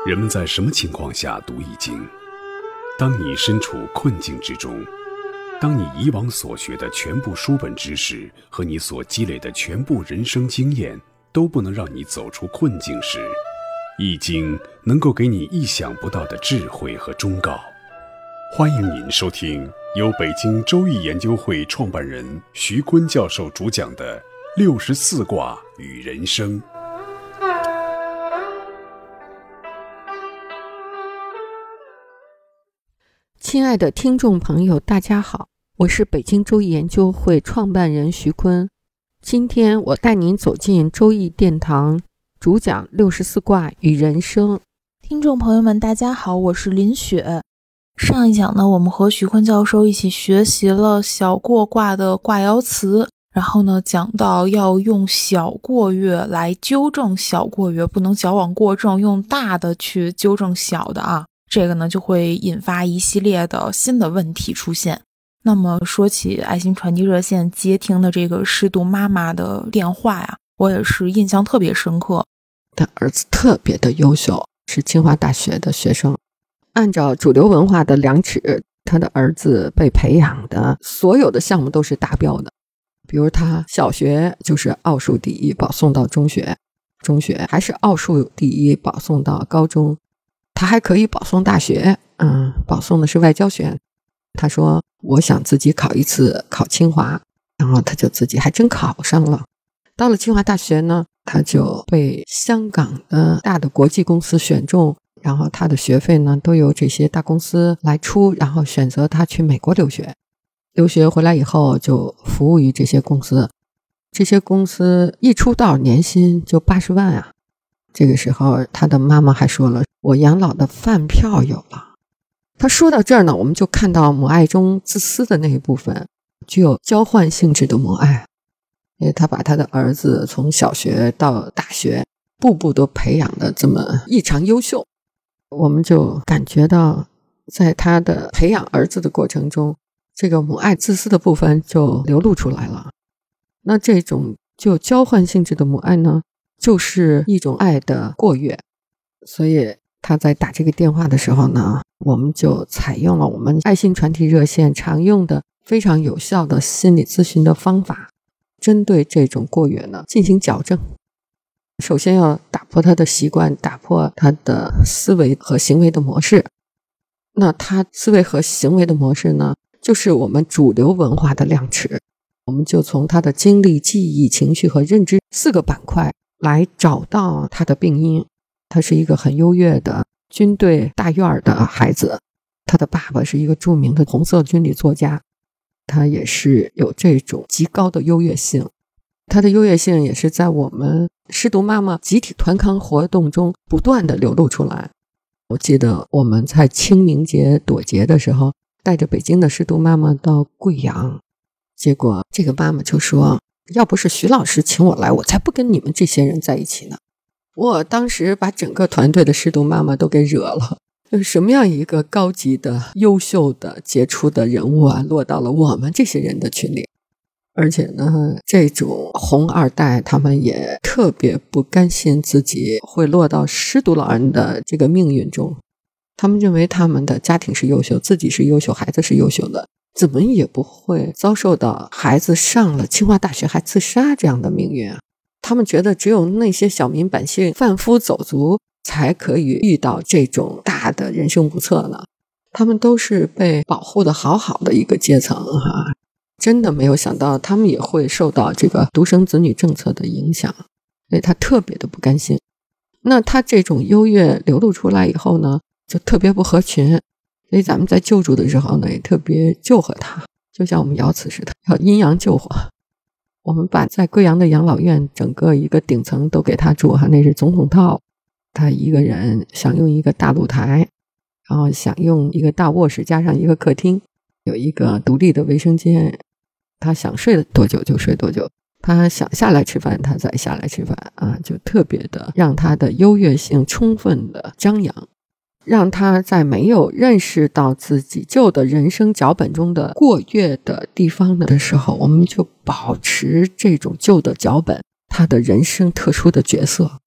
人们在什么情况下读易经？当你身处困境之中，当你以往所学的全部书本知识和你所积累的全部人生经验都不能让你走出困境时，易经能够给你意想不到的智慧和忠告。欢迎您收听由北京周易研究会创办人徐坤教授主讲的64卦与人生。 亲爱的听众朋友，大家好，我是北京周易研究会创办人徐坤。今天我带您走进周易殿堂，主讲64卦与人生。 听众朋友们，大家好，我是林雪。上一讲呢，我们和徐坤教授一起学习了小过卦的卦爻辞，然后呢，讲到要用小过月来纠正小过月，不能矫枉过正，用大的去纠正小的啊。这个呢就会引发一系列的新的问题出现。那么说起爱心传递热线接听的这个失独妈妈的电话呀，我也是印象特别深刻。 他儿子特别的优秀，是清华大学的学生。按照主流文化的量尺，他的儿子被培养的所有的项目都是达标的。比如他小学就是奥数第一，保送到中学，中学还是奥数第一，保送到高中。他还可以保送大学，保送的是外交学院。他说我想自己考一次考清华，然后他就自己还真考上了。到了清华大学呢，他就被香港的大的国际公司选中，然后他的学费呢都由这些大公司来出，然后选择他去美国留学。留学回来以后就服务于这些公司，这些公司一出道年薪就80万啊。这个时候他的妈妈还说了，我养老的饭票有了。他说到这儿呢，我们就看到母爱中自私的那一部分，具有交换性质的母爱。因为他把他的儿子从小学到大学步步都培养的这么异常优秀，我们就感觉到在他的培养儿子的过程中，这个母爱自私的部分就流露出来了。那这种具有交换性质的母爱呢，就是一种爱的过越。所以他在打这个电话的时候呢，我们就采用了我们爱心传递热线常用的非常有效的心理咨询的方法，针对这种过越呢进行矫正。首先要打破他的习惯，打破他的思维和行为的模式。那他思维和行为的模式呢，就是我们主流文化的量尺。我们就从他的经历、记忆、情绪和认知4个板块来找到他的病因。他是一个很优越的军队大院的孩子，他的爸爸是一个著名的红色军旅作家，他也是有这种极高的优越性。他的优越性也是在我们失独妈妈集体团康活动中不断的流露出来。我记得我们在清明节躲节的时候，带着北京的失独妈妈到贵阳，结果这个妈妈就说，要不是徐老师请我来，我才不跟你们这些人在一起呢。我当时把整个团队的失独妈妈都给惹了，什么样一个高级的优秀的杰出的人物啊，落到了我们这些人的群里。而且呢，这种红二代他们也特别不甘心自己会落到失独老人的这个命运中。他们认为他们的家庭是优秀，自己是优秀，孩子是优秀的，怎么也不会遭受到孩子上了清华大学还自杀这样的命运啊。他们觉得只有那些小民百姓贩夫走卒才可以遇到这种大的人生不测呢。他们都是被保护的好好的一个阶层啊，真的没有想到他们也会受到这个独生子女政策的影响，所以他特别的不甘心。那他这种优越流露出来以后呢，就特别不合群，所以咱们在救助的时候呢，也特别救活他，就像我们爻辞似的，要阴阳救火。我们把在贵阳的养老院整个一个顶层都给他住，那是总统套。他一个人享用一个大露台，然后享用一个大卧室加上一个客厅，有一个独立的卫生间。他想睡多久就睡多久，他想下来吃饭他再下来吃饭啊，就特别的让他的优越性充分的张扬。让他在没有认识到自己旧的人生脚本中的过越的地方的时候，我们就保持这种旧的脚本他的人生特殊的角色。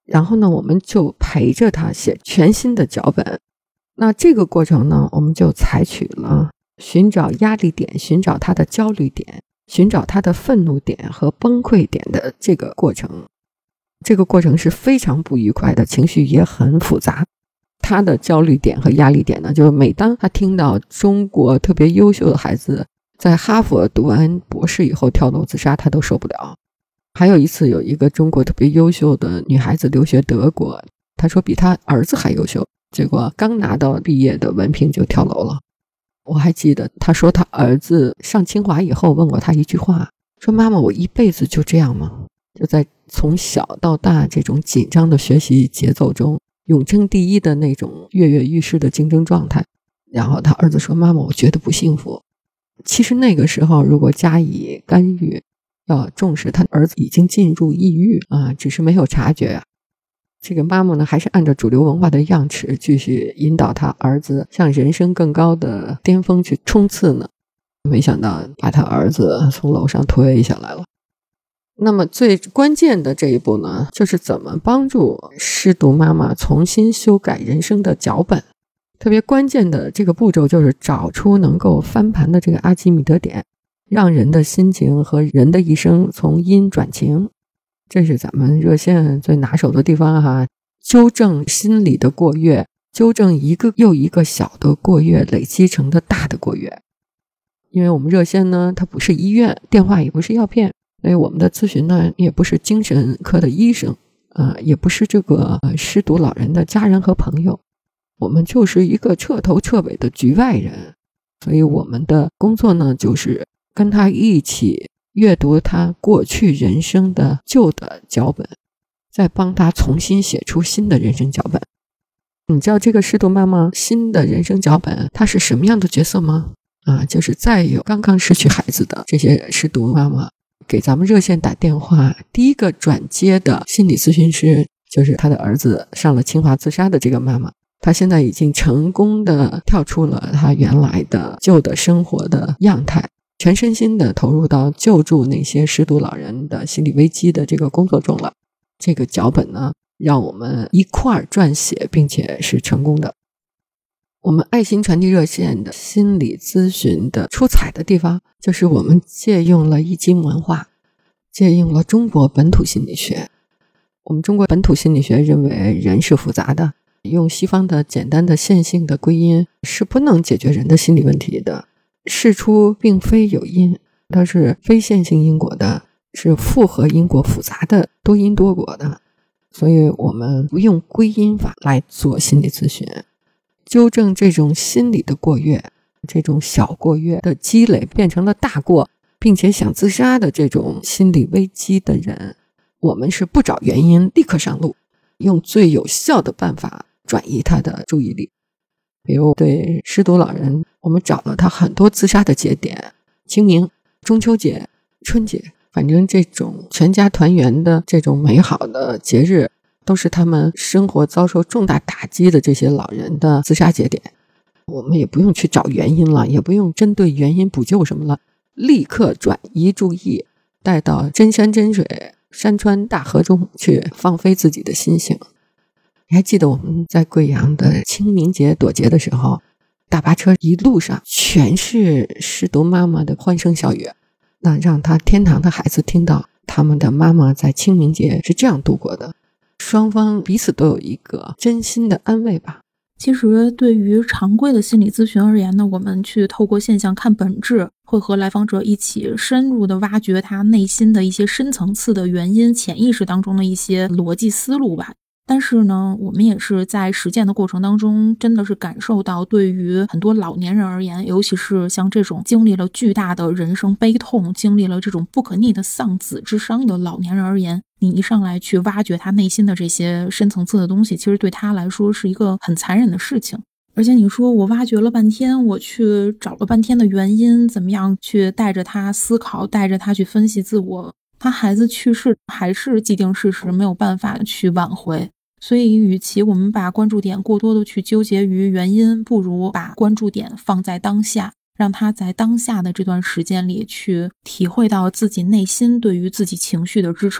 然后呢，我们就陪着他写全新的脚本。那这个过程呢，我们就采取了寻找压力点，寻找他的焦虑点，寻找他的愤怒点和崩溃点的这个过程。这个过程是非常不愉快的，情绪也很复杂。他的焦虑点和压力点呢，就是每当他听到中国特别优秀的孩子在哈佛读完博士以后跳楼自杀，他都受不了。还有一次，有一个中国特别优秀的女孩子留学德国，她说比她儿子还优秀，结果刚拿到毕业的文凭就跳楼了。我还记得她说她儿子上清华以后问过她一句话，说妈妈，我一辈子就这样吗？就在从小到大这种紧张的学习节奏中，永争第一的那种跃跃欲试的竞争状态。然后他儿子说，妈妈，我觉得不幸福。其实那个时候如果加以干预，要重视，他儿子已经进入抑郁啊，只是没有察觉啊。这个妈妈呢，还是按照主流文化的样式继续引导他儿子向人生更高的巅峰去冲刺呢，没想到把他儿子从楼上推下来了。那么最关键的这一步呢，就是怎么帮助失独妈妈重新修改人生的脚本。特别关键的这个步骤就是找出能够翻盘的这个阿基米德点，让人的心情和人的一生从阴转晴。这是咱们热线最拿手的地方哈，纠正心理的过跃，纠正一个又一个小的过跃累积成的大的过跃。因为我们热线呢，它不是医院，电话也不是药片，所以我们的咨询呢，也不是精神科的医生也不是这个失独老人的家人和朋友，我们就是一个彻头彻尾的局外人。所以我们的工作呢，就是跟他一起阅读他过去人生的旧的脚本，再帮他重新写出新的人生脚本。你知道这个失独妈妈新的人生脚本她是什么样的角色吗？就是再有刚刚失去孩子的这些失独妈妈给咱们热线打电话，第一个转接的心理咨询师就是他的儿子上了清华自杀的这个妈妈。他现在已经成功的跳出了他原来的旧的生活的样态，全身心的投入到救助那些失独老人的心理危机的这个工作中了。这个脚本呢，让我们一块儿撰写，并且是成功的。我们爱心传递热线的心理咨询的出彩的地方，就是我们借用了易经文化，借用了中国本土心理学。我们中国本土心理学认为人是复杂的，用西方的简单的线性的归因是不能解决人的心理问题的。事出并非有因，它是非线性因果的，是复合因果复杂的，多因多果的。所以我们不用归因法来做心理咨询，纠正这种心理的过跃，这种小过跃的积累变成了大过，并且想自杀的这种心理危机的人，我们是不找原因立刻上路，用最有效的办法转移他的注意力。比如对失独老人，我们找了他很多自杀的节点，清明、中秋节、春节，反正这种全家团圆的这种美好的节日，都是他们生活遭受重大打击的这些老人的自杀节点。我们也不用去找原因了，也不用针对原因补救什么了，立刻转移注意，带到真山真水、山川大河中去放飞自己的心性。你还记得我们在贵阳的清明节躲节的时候，大巴车一路上全是失独妈妈的欢声笑语，那让他天堂的孩子听到他们的妈妈在清明节是这样度过的，双方彼此都有一个真心的安慰吧。 其实对于常规的心理咨询而言呢，我们去透过现象看本质，会和来访者一起深入的挖掘他内心的一些深层次的原因，潜意识当中的一些逻辑思路吧。但是呢，我们也是在实践的过程当中，真的是感受到对于很多老年人而言，尤其是像这种经历了巨大的人生悲痛，经历了这种不可逆的丧子之伤的老年人而言，你一上来去挖掘他内心的这些深层次的东西，其实对他来说是一个很残忍的事情。而且你说我挖掘了半天，我去找了半天的原因，怎么样去带着他思考，带着他去分析自我，他孩子去世还是既定事实，没有办法去挽回。所以与其我们把关注点过多的去纠结于原因，不如把关注点放在当下，让他在当下的这段时间里去体会到自己内心对于自己情绪的支撑，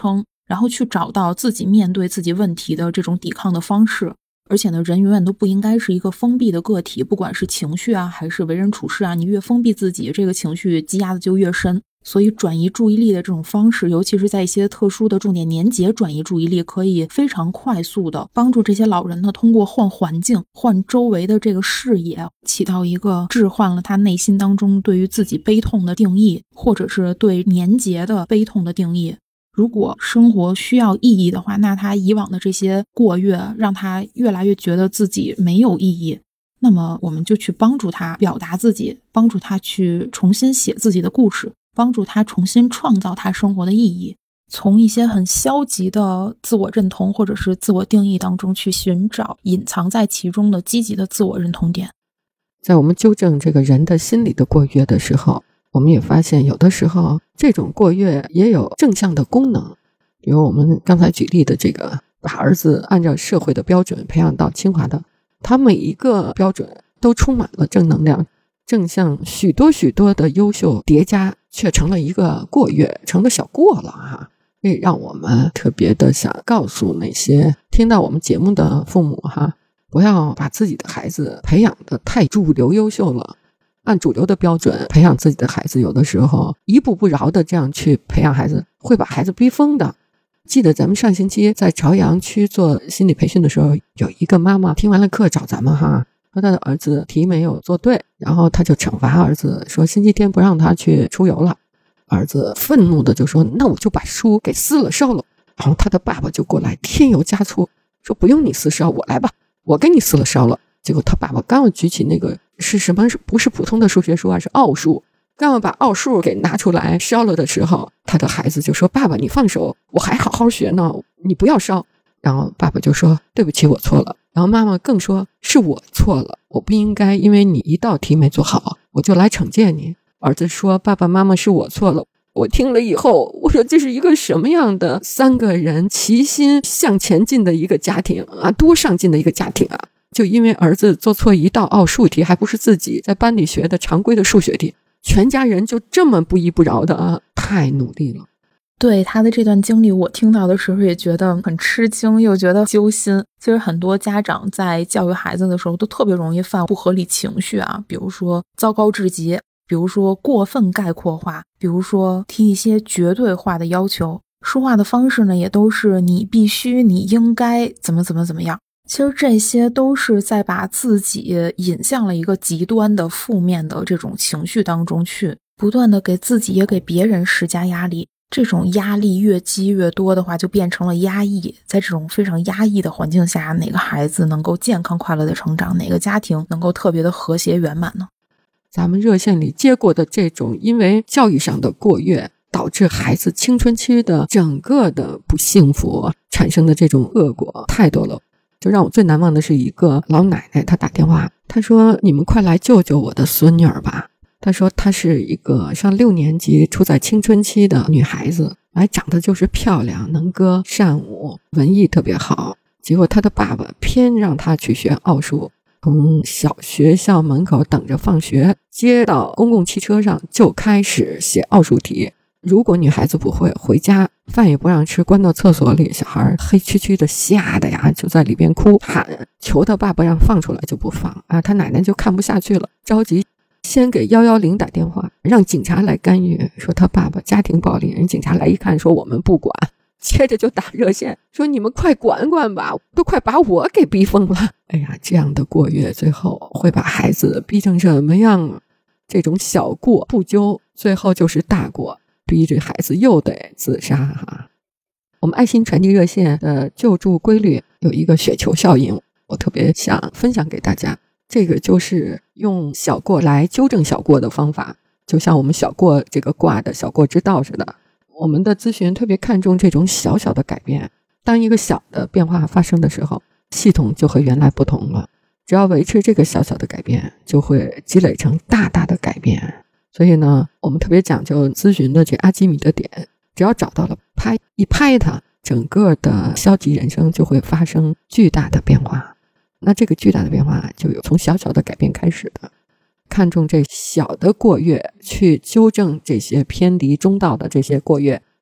然后去找到自己面对自己问题的这种抵抗的方式。而且呢，人永远都不应该是一个封闭的个体，不管是情绪啊，还是为人处事啊，你越封闭自己，这个情绪积压的就越深。所以转移注意力的这种方式，尤其是在一些特殊的重点年节转移注意力，可以非常快速的帮助这些老人呢，通过换环境、换周围的这个视野，起到一个置换了他内心当中对于自己悲痛的定义，或者是对年节的悲痛的定义。如果生活需要意义的话，那他以往的这些过月让他越来越觉得自己没有意义，那么我们就去帮助他表达自己，帮助他去重新写自己的故事，帮助他重新创造他生活的意义，从一些很消极的自我认同或者是自我定义当中去寻找隐藏在其中的积极的自我认同点。 在我们纠正这个人的心理的过越的时候，我们也发现有的时候这种过越也有正向的功能。比如我们刚才举例的这个把儿子按照社会的标准培养到清华的，他每一个标准都充满了正能量，正向许多许多的优秀叠加，却成了一个过越，成了小过了哈。所以让我们特别的想告诉那些听到我们节目的父母哈，不要把自己的孩子培养的太主流优秀了，按主流的标准培养自己的孩子，有的时候一步不饶的这样去培养孩子，会把孩子逼疯的。记得咱们上星期在朝阳区做心理培训的时候，有一个妈妈听完了课找咱们哈，说她的儿子题没有做对，然后她就惩罚儿子，说星期天不让他去出游了。儿子愤怒的就说，那我就把书给撕了烧了。然后他的爸爸就过来添油加醋，说不用你撕烧，我来吧，我给你撕了烧了。结果他爸爸刚要举起那个是什么，不是普通的数学书啊，是奥数，刚要把奥数给拿出来烧了的时候，他的孩子就说，爸爸你放手，我还好好学呢，你不要烧。然后爸爸就说，对不起，我错了。然后妈妈更说，是我错了，我不应该因为你一道题没做好我就来惩戒你。儿子说，爸爸妈妈是我错了。我听了以后，我说这是一个什么样的三个人齐心向前进的一个家庭啊，多上进的一个家庭啊。就因为儿子做错一道奥数题，还不是自己在班里学的常规的数学题，全家人就这么不依不饶的啊，太努力了。 对他的这段经历，我听到的时候也觉得很吃惊，又觉得揪心。其实很多家长在教育孩子的时候都特别容易犯不合理情绪啊，比如说糟糕至极，比如说过分概括化，比如说提一些绝对化的要求，说话的方式呢也都是你必须你应该怎么样。其实这些都是在把自己引向了一个极端的负面的这种情绪当中去，不断的给自己也给别人施加压力。这种压力越积越多的话，就变成了压抑。在这种非常压抑的环境下，哪个孩子能够健康快乐的成长，哪个家庭能够特别的和谐圆满呢？ 咱们热线里接过的这种因为教育上的过越导致孩子青春期的整个的不幸福产生的这种恶果太多了。就让我最难忘的是一个老奶奶，她打电话，她说，你们快来救救我的孙女儿吧。她说她是一个上6年级处在青春期的女孩子，长得就是漂亮，能歌善舞，文艺特别好。结果她的爸爸偏让她去学奥数，从小学校门口等着放学，接到公共汽车上就开始写奥数题。如果女孩子不会，回家饭也不让吃，关到厕所里，小孩黑黢黢的吓得呀，就在里边哭喊，求他爸爸让放出来就不放啊。他奶奶就看不下去了，着急先给110打电话，让警察来干预，说他爸爸家庭暴力。人警察来一看，说我们不管，接着就打热线，说你们快管管吧，都快把我给逼疯了。哎呀，这样的过越最后会把孩子逼成什么样？这种小过不究，最后就是大过，逼着孩子又得自杀哈。我们爱心传递热线的救助规律有一个雪球效应，我特别想分享给大家。这个就是用小过来纠正小过的方法，就像我们小过这个卦的小过之道似的。我们的咨询特别看重这种小小的改变，当一个小的变化发生的时候，系统就和原来不同了。只要维持这个小小的改变，就会积累成大大的改变。所以呢，我们特别讲究咨询的这阿基米德点，只要找到了，一拍它，整个的消极人生就会发生巨大的变化。那这个巨大的变化就有从小小的改变开始的，看重这小的过越，去纠正这些偏离中道的这些过越，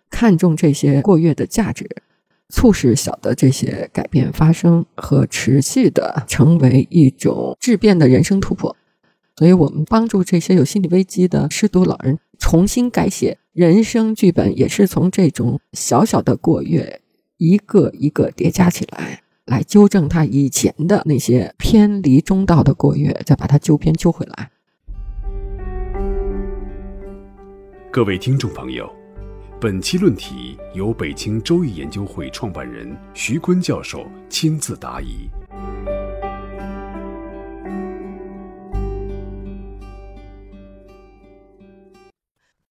看重这些过越的价值，促使小的这些改变发生和持续的成为一种质变的人生突破。所以我们帮助这些有心理危机的失独老人重新改写人生剧本，也是从这种小小的过越一个一个叠加起来纠正他以前的那些偏离中道的过越，再把它纠偏纠回来。 各位听众朋友，本期论题由北京周易研究会创办人徐坤教授亲自答疑。